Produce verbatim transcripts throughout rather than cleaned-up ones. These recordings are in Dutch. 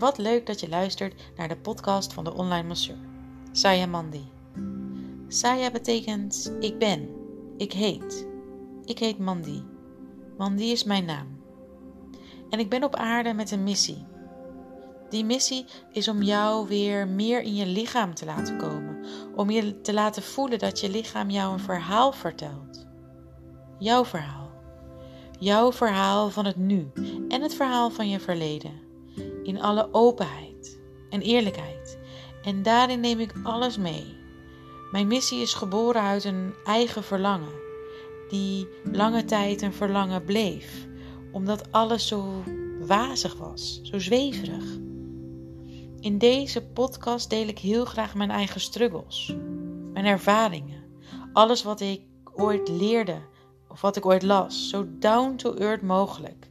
wat leuk dat je luistert naar de podcast van de online masseur, Saya Mandi. Saya betekent ik ben, ik heet. Ik heet Mandi. Mandi is mijn naam. En ik ben op aarde met een missie. Die missie is om jou weer meer in je lichaam te laten komen. Om je te laten voelen dat je lichaam jou een verhaal vertelt. Jouw verhaal. Jouw verhaal van het nu en het verhaal van je verleden. In alle openheid en eerlijkheid. En daarin neem ik alles mee. Mijn missie is geboren uit een eigen verlangen. Die lange tijd een verlangen bleef. Omdat alles zo wazig was, zo zweverig. In deze podcast deel ik heel graag mijn eigen struggles. Mijn ervaringen. Alles wat ik ooit leerde of wat ik ooit las. Zo down to earth mogelijk.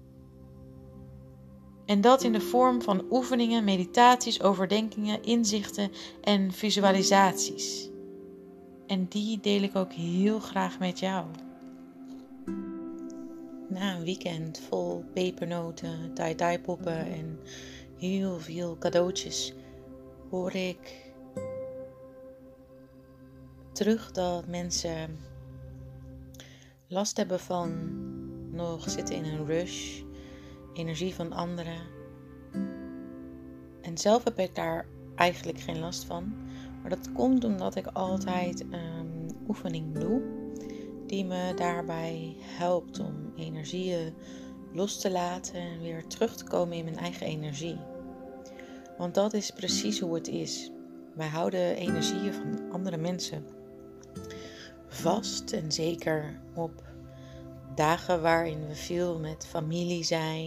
En dat in de vorm van oefeningen, meditaties, overdenkingen, inzichten en visualisaties. En die deel ik ook heel graag met jou. Na een weekend vol pepernoten, tie-dye poppen en heel veel cadeautjes hoor ik terug dat mensen last hebben van nog zitten in een rush, energie van anderen. En zelf heb ik daar eigenlijk geen last van. Maar dat komt omdat ik altijd een oefening doe die me daarbij helpt om energieën los te laten en weer terug te komen in mijn eigen energie. Want dat is precies hoe het is. Wij houden energieën van andere mensen vast. En zeker op dagen waarin we veel met familie zijn,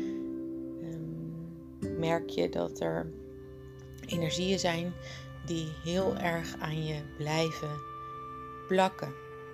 um, merk je dat er energieën zijn die heel erg aan je blijven plakken.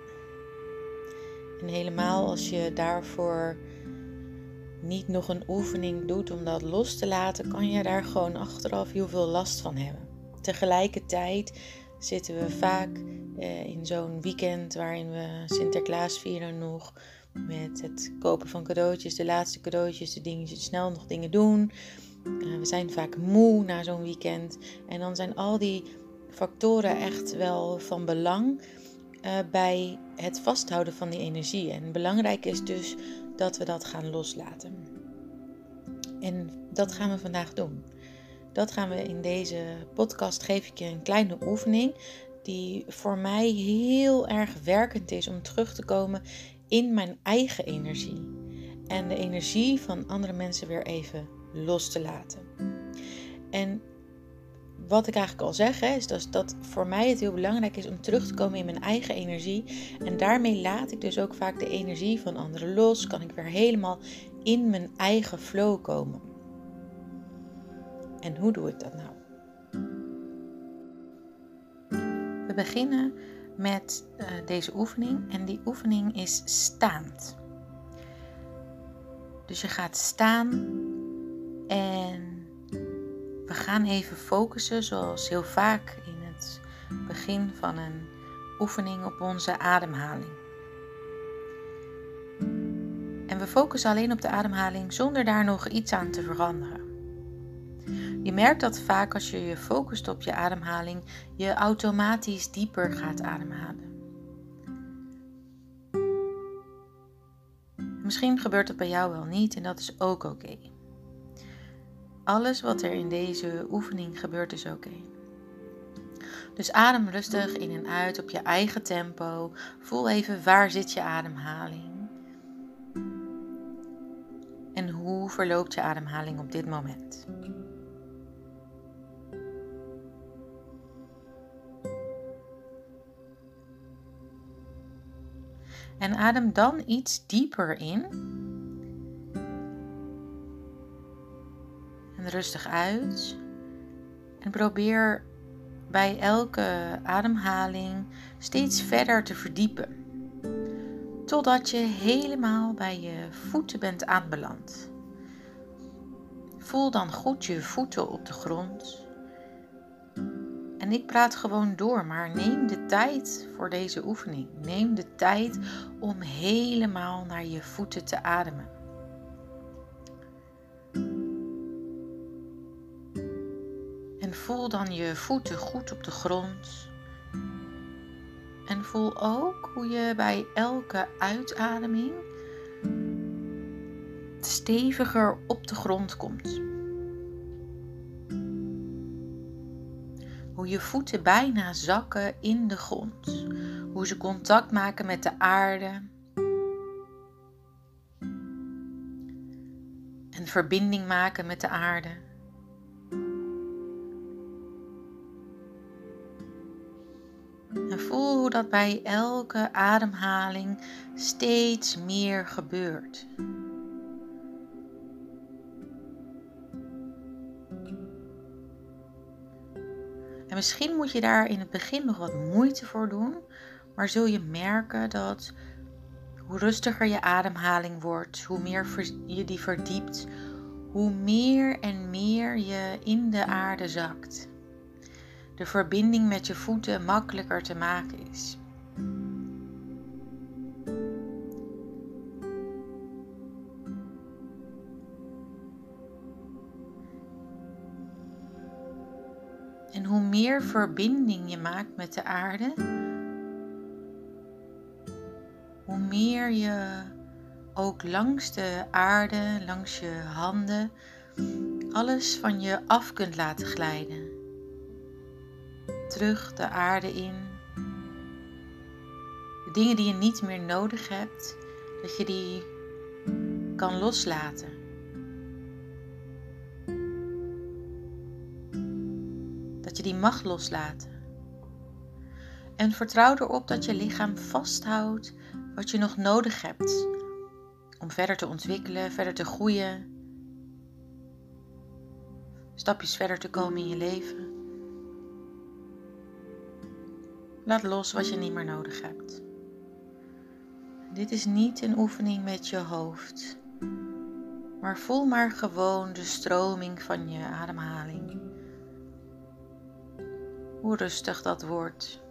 En helemaal als je daarvoor niet nog een oefening doet om dat los te laten, kan je daar gewoon achteraf heel veel last van hebben. Tegelijkertijd zitten we vaak eh, in zo'n weekend waarin we Sinterklaas vieren nog, met het kopen van cadeautjes, de laatste cadeautjes, de dingetjes, snel nog dingen doen. Uh, we zijn vaak moe na zo'n weekend. En dan zijn al die factoren echt wel van belang uh, bij het vasthouden van die energie. En belangrijk is dus dat we dat gaan loslaten. En dat gaan we vandaag doen. Dat gaan we in deze podcast, geef ik je een kleine oefening die voor mij heel erg werkend is om terug te komen in mijn eigen energie. En de energie van andere mensen weer even los te laten. En wat ik eigenlijk al zeg, hè, is dat, dat voor mij het heel belangrijk is om terug te komen in mijn eigen energie. En daarmee laat ik dus ook vaak de energie van anderen los. Kan ik weer helemaal in mijn eigen flow komen. En hoe doe ik dat nou? We beginnen met uh, deze oefening. En die oefening is staand. Dus je gaat staan en we gaan even focussen, zoals heel vaak in het begin van een oefening, op onze ademhaling. En we focussen alleen op de ademhaling zonder daar nog iets aan te veranderen. Je merkt dat vaak als je je focust op je ademhaling, je automatisch dieper gaat ademhalen. Misschien gebeurt dat bij jou wel niet en dat is ook oké. Okay. Alles wat er in deze oefening gebeurt is oké. Okay. Dus adem rustig in en uit op je eigen tempo. Voel even waar zit je ademhaling. En hoe verloopt je ademhaling op dit moment. En adem dan iets dieper in. En rustig uit. En probeer bij elke ademhaling steeds verder te verdiepen. Totdat je helemaal bij je voeten bent aanbeland. Voel dan goed je voeten op de grond. En ik praat gewoon door, maar neem de tijd voor deze oefening. Neem de tijd om helemaal naar je voeten te ademen. voel dan je voeten goed op de grond. En voel ook hoe je bij elke uitademing steviger op de grond komt. Hoe je voeten bijna zakken in de grond. Hoe ze contact maken met de aarde. En verbinding maken met de aarde. En voel hoe dat bij elke ademhaling steeds meer gebeurt. En misschien moet je daar in het begin nog wat moeite voor doen, maar zul je merken dat hoe rustiger je ademhaling wordt, hoe meer je die verdiept, hoe meer en meer je in de aarde zakt. De verbinding met je voeten makkelijker te maken is. En hoe meer verbinding je maakt met de aarde, hoe meer je ook langs de aarde, langs je handen, alles van je af kunt laten glijden. Terug de aarde in. De dingen die je niet meer nodig hebt, dat je die kan loslaten. Dat je die mag loslaten. En vertrouw erop dat je lichaam vasthoudt wat je nog nodig hebt om verder te ontwikkelen, verder te groeien, stapjes verder te komen in je leven. Laat los wat je niet meer nodig hebt. Dit is niet een oefening met je hoofd, maar voel maar gewoon de stroming van je ademhaling. Hoe rustig dat wordt.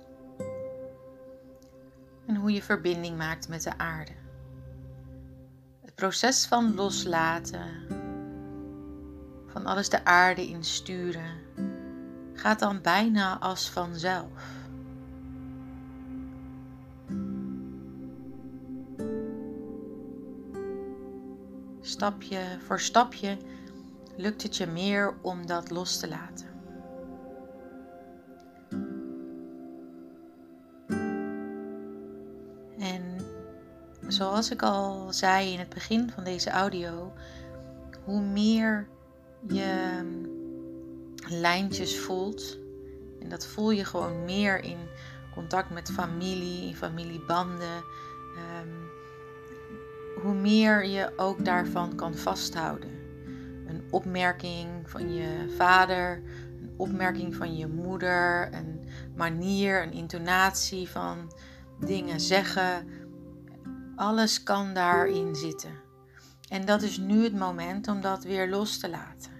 En hoe je verbinding maakt met de aarde. Het proces van loslaten, van alles de aarde insturen, gaat dan bijna als vanzelf. Stapje voor stapje lukt het je meer om dat los te laten. En zoals ik al zei in het begin van deze audio, hoe meer je lijntjes voelt, en dat voel je gewoon meer in contact met familie, in familiebanden, um, hoe meer je ook daarvan kan vasthouden. Een opmerking van je vader, een opmerking van je moeder, een manier, een intonatie van dingen zeggen. Alles kan daarin zitten. En dat is nu het moment om dat weer los te laten.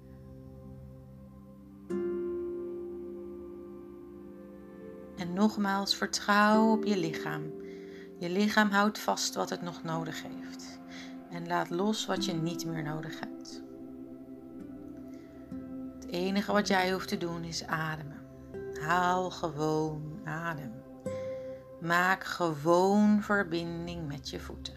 En nogmaals, vertrouw op je lichaam. Je lichaam houdt vast wat het nog nodig heeft. En laat los wat je niet meer nodig hebt. Het enige wat jij hoeft te doen is ademen. Haal gewoon adem. Maak gewoon verbinding met je voeten.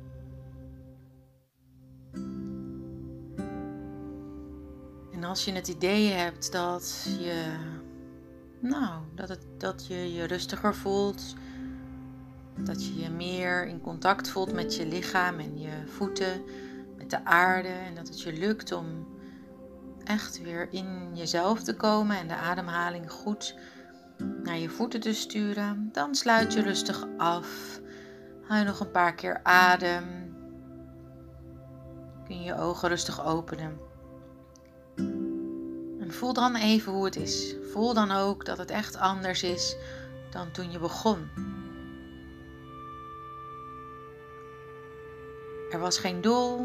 En als je het idee hebt dat je, nou, dat, het, dat je je rustiger voelt, dat je je meer in contact voelt met je lichaam en je voeten, met de aarde, en dat het je lukt om echt weer in jezelf te komen en de ademhaling goed naar je voeten te sturen, dan sluit je rustig af. Haal je nog een paar keer adem. Kun je je ogen rustig openen. En voel dan even hoe het is. Voel dan ook dat het echt anders is dan toen je begon. Er was geen doel.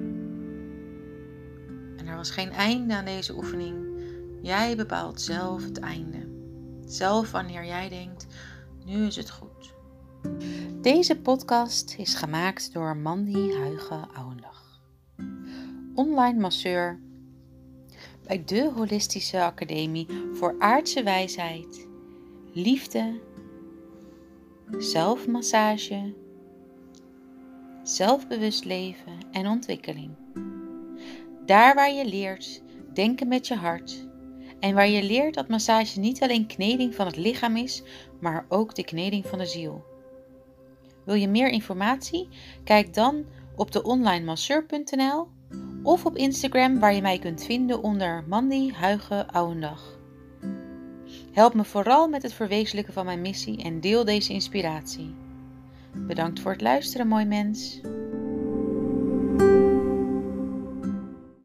En er was geen einde aan deze oefening. Jij bepaalt zelf het einde. Zelf wanneer jij denkt, nu is het goed. Deze podcast is gemaakt door Mandy Huigen Ouwendag. Online masseur. bij de Holistische Academie voor aardse wijsheid, liefde, zelfmassage, zelfbewust leven en ontwikkeling. Daar waar je leert denken met je hart en waar je leert dat massage niet alleen kneding van het lichaam is, maar ook de kneding van de ziel. Wil je meer informatie? Kijk dan op de online masseur punt n l of op Instagram waar je mij kunt vinden onder Mandy Huigen Ouwendag. Help me vooral met het verwezenlijken van mijn missie en deel deze inspiratie. Bedankt voor het luisteren, mooi mens.